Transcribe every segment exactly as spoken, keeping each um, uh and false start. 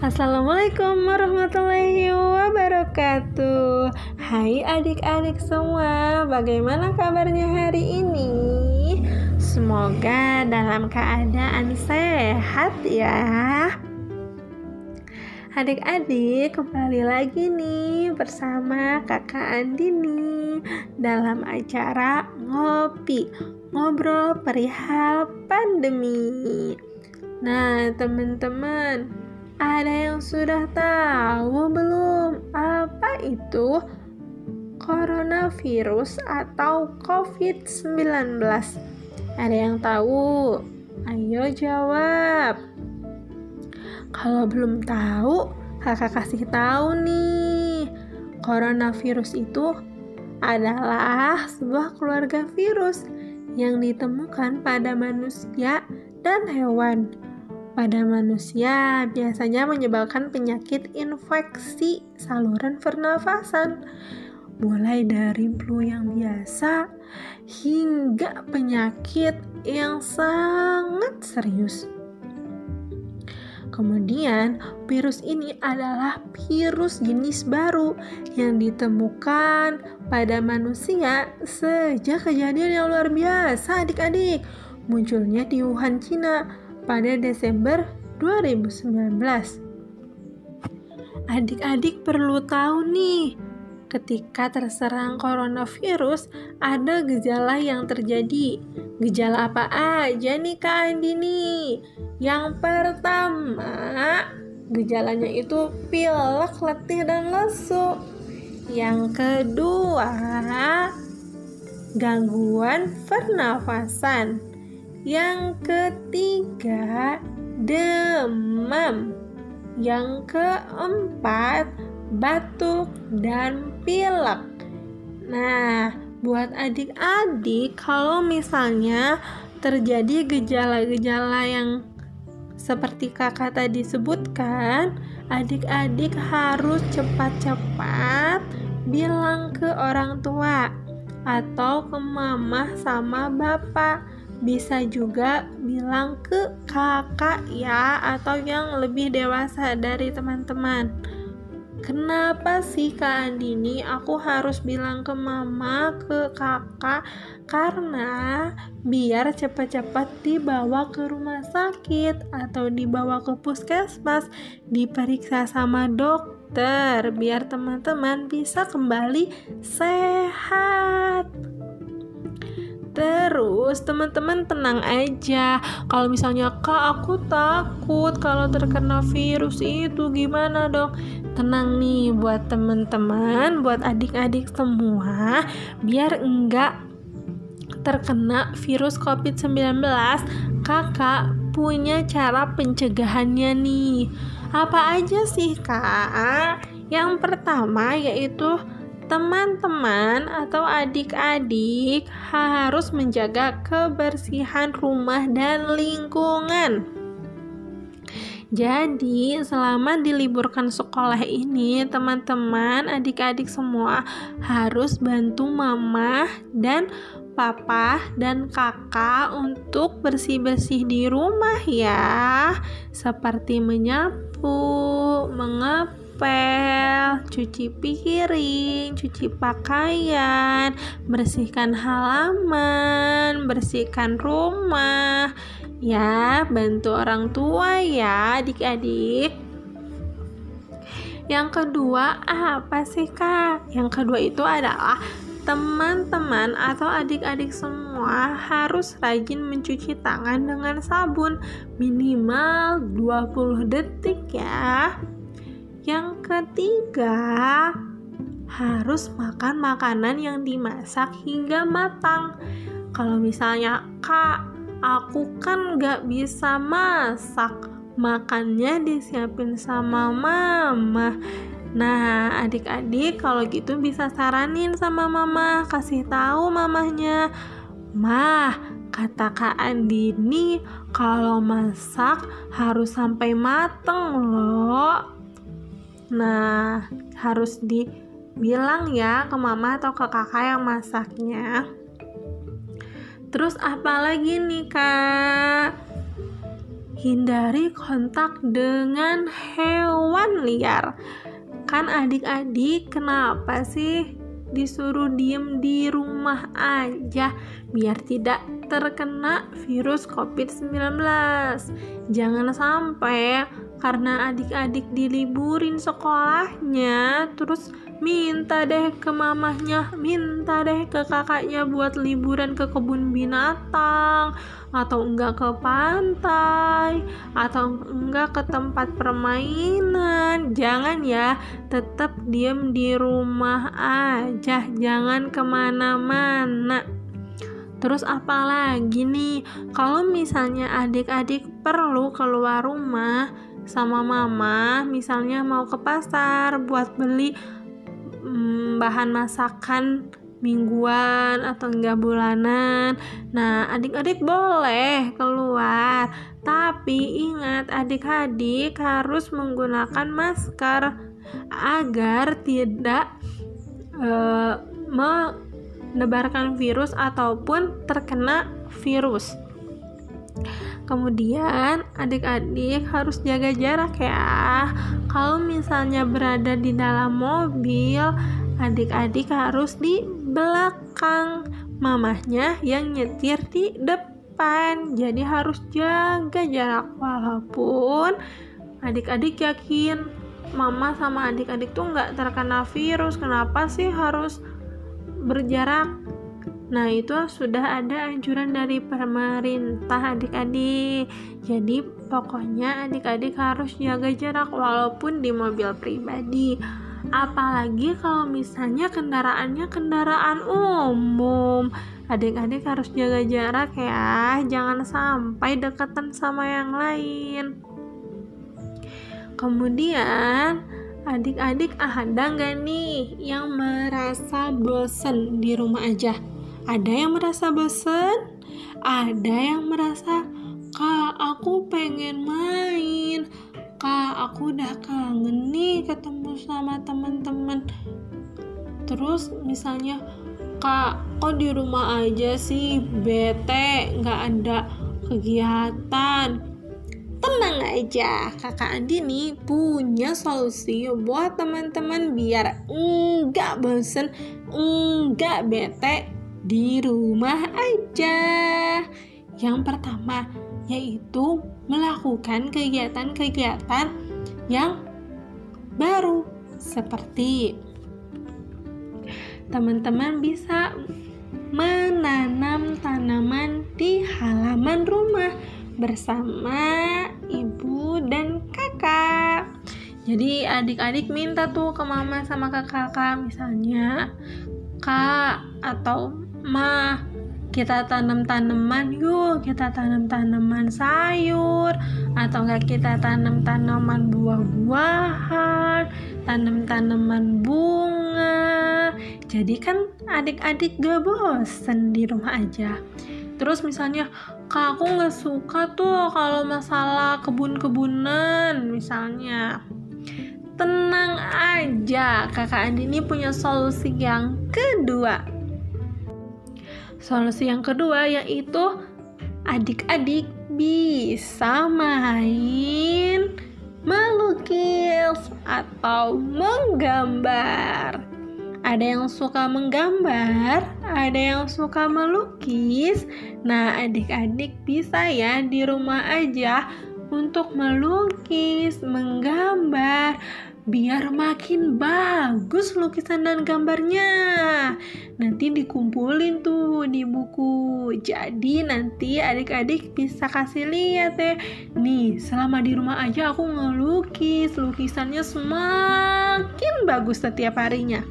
Assalamualaikum warahmatullahi wabarakatuh. Hai adik-adik semua, bagaimana kabarnya hari ini? Semoga dalam keadaan sehat ya. Adik-adik, kembali lagi nih bersama Kakak Andini dalam acara Ngopi, Ngobrol Perihal Pandemi. Nah, teman-teman, ada yang sudah tahu belum apa itu coronavirus atau covid sembilan belas? Ada yang tahu? Ayo jawab. Kalau belum tahu, kakak kasih tahu nih. Coronavirus itu adalah sebuah keluarga virus yang ditemukan pada manusia dan hewan. Pada manusia biasanya menyebabkan penyakit infeksi saluran pernafasan, mulai dari flu yang biasa hingga penyakit yang sangat serius. Kemudian, virus ini adalah virus jenis baru yang ditemukan pada manusia sejak kejadian yang luar biasa adik-adik, munculnya di Wuhan, Cina pada Desember dua ribu sembilan belas. Adik-adik perlu tahu nih, ketika terserang coronavirus ada gejala yang terjadi. Gejala apa aja nih Kak Andini? Yang pertama, gejalanya itu pilek, letih, dan lesu. Yang kedua, gangguan pernafasan. Yang ketiga, demam. Yang keempat, batuk dan pilek. Nah, buat adik-adik, kalau misalnya terjadi gejala-gejala yang seperti kakak tadi sebutkan, adik-adik harus cepat-cepat bilang ke orang tua atau ke mama sama bapak. Bisa juga bilang ke kakak ya, atau yang lebih dewasa dari teman-teman. Kenapa sih Kak Andini aku harus bilang ke mama, ke kakak? Karena biar cepat-cepat dibawa ke rumah sakit atau dibawa ke puskesmas, diperiksa sama dokter, biar teman-teman bisa kembali sehat. Terus teman-teman tenang aja. Kalau misalnya Kak aku takut kalau terkena virus itu, gimana dong? Tenang nih buat teman-teman, buat adik-adik semua, biar enggak terkena virus covid sembilan belas, kakak punya cara pencegahannya nih. Apa aja sih Kak? Yang pertama yaitu teman-teman atau adik-adik harus menjaga kebersihan rumah dan lingkungan. Jadi, selama diliburkan sekolah ini, teman-teman, adik-adik semua harus bantu mama dan papa dan kakak untuk bersih-bersih di rumah ya. Seperti menyapu, mengepel, cuci piring, cuci pakaian, bersihkan halaman, bersihkan rumah. Ya, bantu orang tua ya adik-adik. Yang kedua apa sih Kak? Yang kedua itu adalah teman-teman atau adik-adik semua harus rajin mencuci tangan dengan sabun minimal dua puluh detik ya. Yang ketiga, harus makan makanan yang dimasak hingga matang. Kalau misalnya Kak, aku kan gak bisa masak, makannya disiapin sama mama. Nah, adik-adik kalau gitu bisa saranin sama mama, kasih tahu mamahnya, "Mah, kata Kak Andini kalau masak harus sampai mateng loh." Nah, harus dibilang ya ke mama atau ke kakak yang masaknya. Terus apa lagi nih Kak? hindari kontak dengan hewan liar. Kan adik-adik kenapa sih disuruh diem di rumah aja biar tidak terkena virus covid sembilan belas? Jangan sampai karena adik-adik diliburin sekolahnya terus minta deh ke mamahnya, minta deh ke kakaknya buat liburan ke kebun binatang, atau enggak ke pantai, atau enggak ke tempat permainan. Jangan ya, tetap diem di rumah aja, jangan kemana-mana. Terus apalagi nih, kalau misalnya adik-adik perlu keluar rumah sama mama, misalnya mau ke pasar buat beli hmm, bahan masakan mingguan atau enggak bulanan. Nah, adik-adik boleh keluar, tapi ingat adik-adik harus menggunakan masker agar tidak uh, menebarkan virus ataupun terkena virus. Kemudian adik-adik harus jaga jarak ya. Kalau misalnya berada di dalam mobil, adik-adik harus di belakang, mamahnya yang nyetir di depan. Jadi harus jaga jarak. Walaupun adik-adik yakin mama sama adik-adik tuh nggak terkena virus, kenapa sih harus berjarak? Nah, itu sudah ada anjuran dari pemerintah adik-adik. Jadi pokoknya adik-adik harus jaga jarak walaupun di mobil pribadi. Apalagi kalau misalnya kendaraannya kendaraan umum, adik-adik harus jaga jarak ya, jangan sampai deketan sama yang lain. Kemudian adik-adik ada nggak nih yang merasa bosen di rumah aja? Ada yang merasa bosen, ada yang merasa, Kak, aku pengen main, Kak, aku udah kangen nih ketemu sama teman-teman. Terus misalnya, Kak, kok di rumah aja sih, bete, nggak ada kegiatan. Tenang aja, Kakak Andi nih punya solusi buat teman-teman biar enggak bosen, enggak bete di rumah aja. Yang pertama yaitu melakukan kegiatan-kegiatan yang baru, seperti teman-teman bisa menanam tanaman di halaman rumah bersama ibu dan kakak. Jadi adik-adik minta tuh ke mama sama ke kakak, misalnya, Kak atau Ma, kita tanam tanaman yuk, kita tanam tanaman sayur, atau enggak kita tanam tanaman buah-buahan, tanam tanaman bunga. Jadi kan adik-adik gak bosen di rumah aja. Terus misalnya, Kak, aku gak suka tuh kalau masalah kebun-kebunan misalnya. Tenang aja, Kakak Andi ini punya solusi yang kedua. Solusi yang kedua yaitu adik-adik bisa main melukis atau menggambar. Ada yang suka menggambar, ada yang suka melukis. Nah, adik-adik bisa ya di rumah aja untuk melukis, menggambar, biar makin bagus lukisan dan gambarnya. Nanti dikumpulin tuh di buku. Jadi nanti adik-adik bisa kasih lihat ya. Nih, selama di rumah aja aku ngelukis, lukisannya semakin bagus setiap harinya.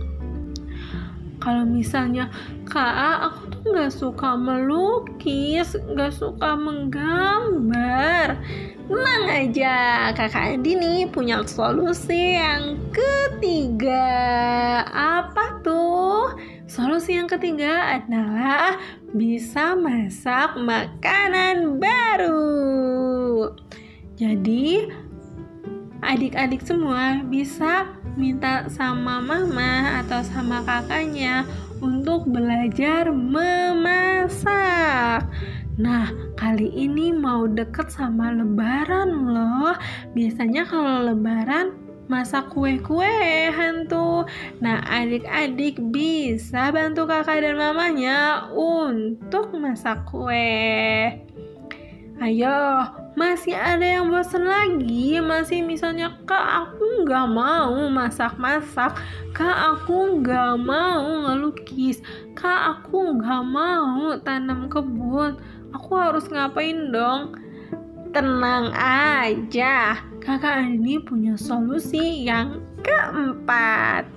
Kalau misalnya, Kak, aku tuh gak suka melukis, gak suka menggambar, tenang aja, Kakak Andi nih punya solusi yang ketiga. Apa tuh? Solusi yang ketiga adalah bisa masak makanan baru. Jadi adik-adik semua bisa minta sama mama atau sama kakaknya untuk belajar memasak. Nah, kali ini mau deket sama lebaran loh. Biasanya kalau lebaran masak kue-kuean tuh. Nah, adik-adik bisa bantu kakak dan mamanya untuk masak kue. Ayo, masih ada yang bosan lagi? Masih misalnya, Kak aku nggak mau masak-masak, Kak aku nggak mau ngelukis, Kak aku nggak mau tanam kebun, aku harus ngapain dong? Tenang aja, kakak ini punya solusi yang keempat.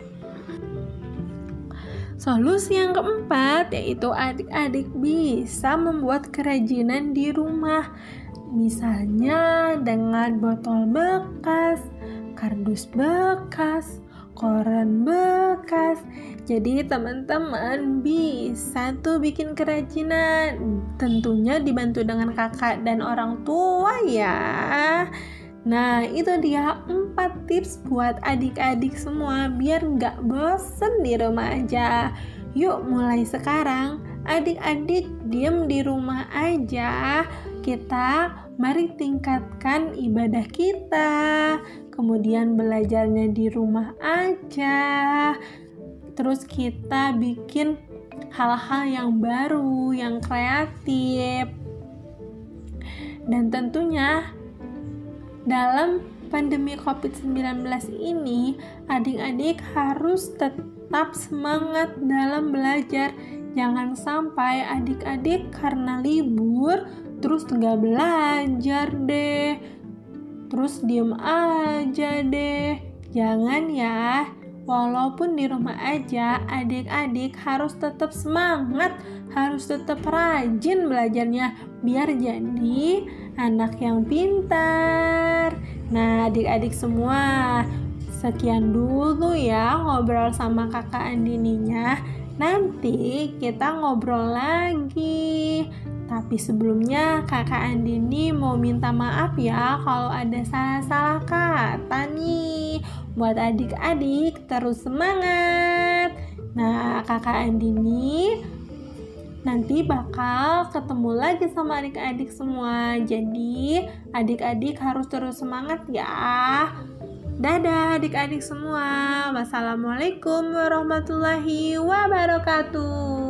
Solusi yang keempat yaitu adik-adik bisa membuat kerajinan di rumah. Misalnya dengan botol bekas, kardus bekas, koran bekas. Jadi teman-teman bisa tuh bikin kerajinan. Tentunya dibantu dengan kakak dan orang tua ya. Nah, itu dia empat tips buat adik-adik semua biar gak bosen di rumah aja. Yuk mulai sekarang, adik-adik diem di rumah aja. Kita mari tingkatkan ibadah kita. Kemudian belajarnya di rumah aja. Terus kita bikin hal-hal yang baru, yang kreatif. Dan tentunya dalam pandemi covid sembilan belas ini, adik-adik harus tetap semangat dalam belajar. Jangan sampai adik-adik karena libur terus nggak belajar deh, terus diem aja deh. Jangan ya. Walaupun di rumah aja, adik-adik harus tetap semangat, harus tetap rajin belajarnya, biar jadi anak yang pintar. Nah, adik-adik semua, sekian dulu ya ngobrol sama kakak Andininya. Nanti kita ngobrol lagi. Tapi sebelumnya kakak Andini mau minta maaf ya kalau ada salah-salah kata nih. Buat adik-adik terus semangat. Nah, kakak Andini nanti bakal ketemu lagi sama adik-adik semua. Jadi adik-adik harus terus semangat ya. Dadah adik-adik semua. Wassalamualaikum warahmatullahi wabarakatuh.